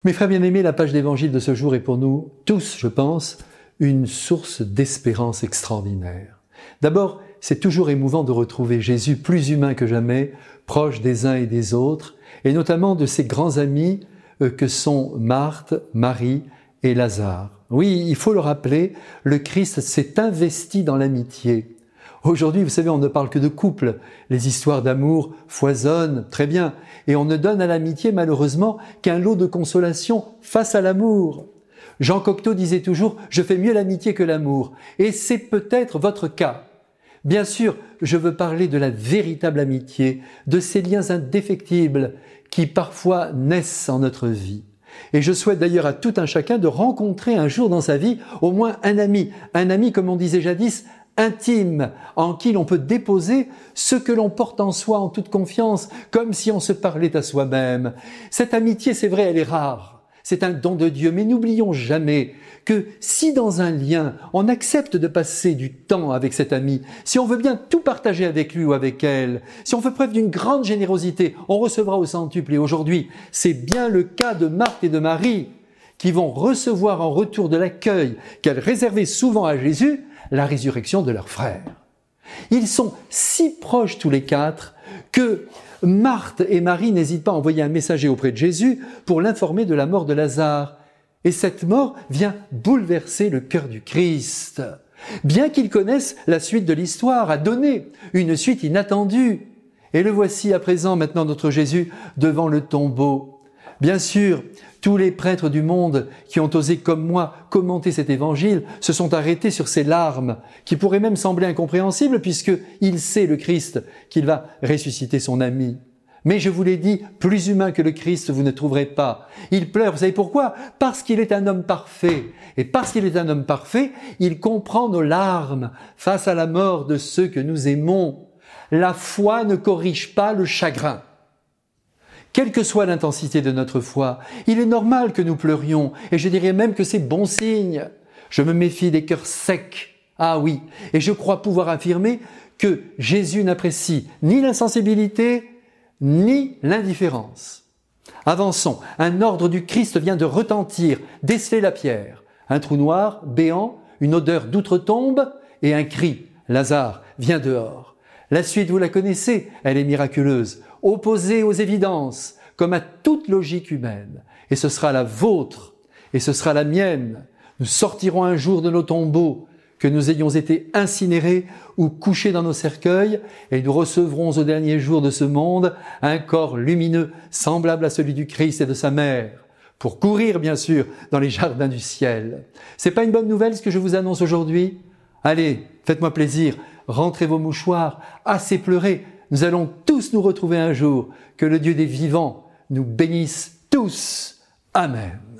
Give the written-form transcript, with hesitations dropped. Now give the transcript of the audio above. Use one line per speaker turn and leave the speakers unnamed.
Mes frères bien-aimés, la page d'évangile de ce jour est pour nous tous, je pense, une source d'espérance extraordinaire. D'abord, c'est toujours émouvant de retrouver Jésus plus humain que jamais, proche des uns et des autres, et notamment de ses grands amis que sont Marthe, Marie et Lazare. Oui, il faut le rappeler, le Christ s'est investi dans l'amitié. Aujourd'hui, vous savez, on ne parle que de couple. Les histoires d'amour foisonnent, très bien. Et on ne donne à l'amitié, malheureusement, qu'un lot de consolation face à l'amour. Jean Cocteau disait toujours « Je fais mieux l'amitié que l'amour ». Et c'est peut-être votre cas. Bien sûr, je veux parler de la véritable amitié, de ces liens indéfectibles qui parfois naissent en notre vie. Et je souhaite d'ailleurs à tout un chacun de rencontrer un jour dans sa vie au moins un ami, comme on disait jadis, intime, en qui l'on peut déposer ce que l'on porte en soi en toute confiance, comme si on se parlait à soi-même. Cette amitié, c'est vrai, elle est rare. C'est un don de Dieu, mais n'oublions jamais que si dans un lien, on accepte de passer du temps avec cet ami, si on veut bien tout partager avec lui ou avec elle, si on fait preuve d'une grande générosité, on recevra au centuple. Et aujourd'hui, c'est bien le cas de Marthe et de Marie qui vont recevoir en retour de l'accueil qu'elles réservaient souvent à Jésus, la résurrection de leur frère. Ils sont si proches tous les quatre que Marthe et Marie n'hésitent pas à envoyer un messager auprès de Jésus pour l'informer de la mort de Lazare. Et cette mort vient bouleverser le cœur du Christ. Bien qu'ils connaissent la suite de l'histoire, à donner une suite inattendue. Et le voici à présent, maintenant notre Jésus, devant le tombeau. Bien sûr, tous les prêtres du monde qui ont osé, comme moi, commenter cet évangile se sont arrêtés sur ces larmes qui pourraient même sembler incompréhensibles puisqu'il sait, le Christ, qu'il va ressusciter son ami. Mais je vous l'ai dit, plus humain que le Christ, vous ne trouverez pas. Il pleure, vous savez pourquoi? Parce qu'il est un homme parfait. Et parce qu'il est un homme parfait, il comprend nos larmes face à la mort de ceux que nous aimons. La foi ne corrige pas le chagrin. Quelle que soit l'intensité de notre foi, il est normal que nous pleurions, et je dirais même que c'est bon signe. Je me méfie des cœurs secs. Ah oui, et je crois pouvoir affirmer que Jésus n'apprécie ni l'insensibilité, ni l'indifférence. Avançons, un ordre du Christ vient de retentir, déceler la pierre. Un trou noir, béant, une odeur d'outre-tombe et un cri. Lazare, viens dehors. La suite, vous la connaissez, elle est miraculeuse, opposée aux évidences, comme à toute logique humaine. Et ce sera la vôtre, et ce sera la mienne. Nous sortirons un jour de nos tombeaux, que nous ayons été incinérés ou couchés dans nos cercueils, et nous recevrons au dernier jour de ce monde un corps lumineux, semblable à celui du Christ et de sa mère, pour courir bien sûr dans les jardins du ciel. C'est pas une bonne nouvelle ce que je vous annonce aujourd'hui? Allez, faites-moi plaisir, rentrez vos mouchoirs, assez pleuré. Nous allons tous nous retrouver un jour. Que le Dieu des vivants nous bénisse tous. Amen.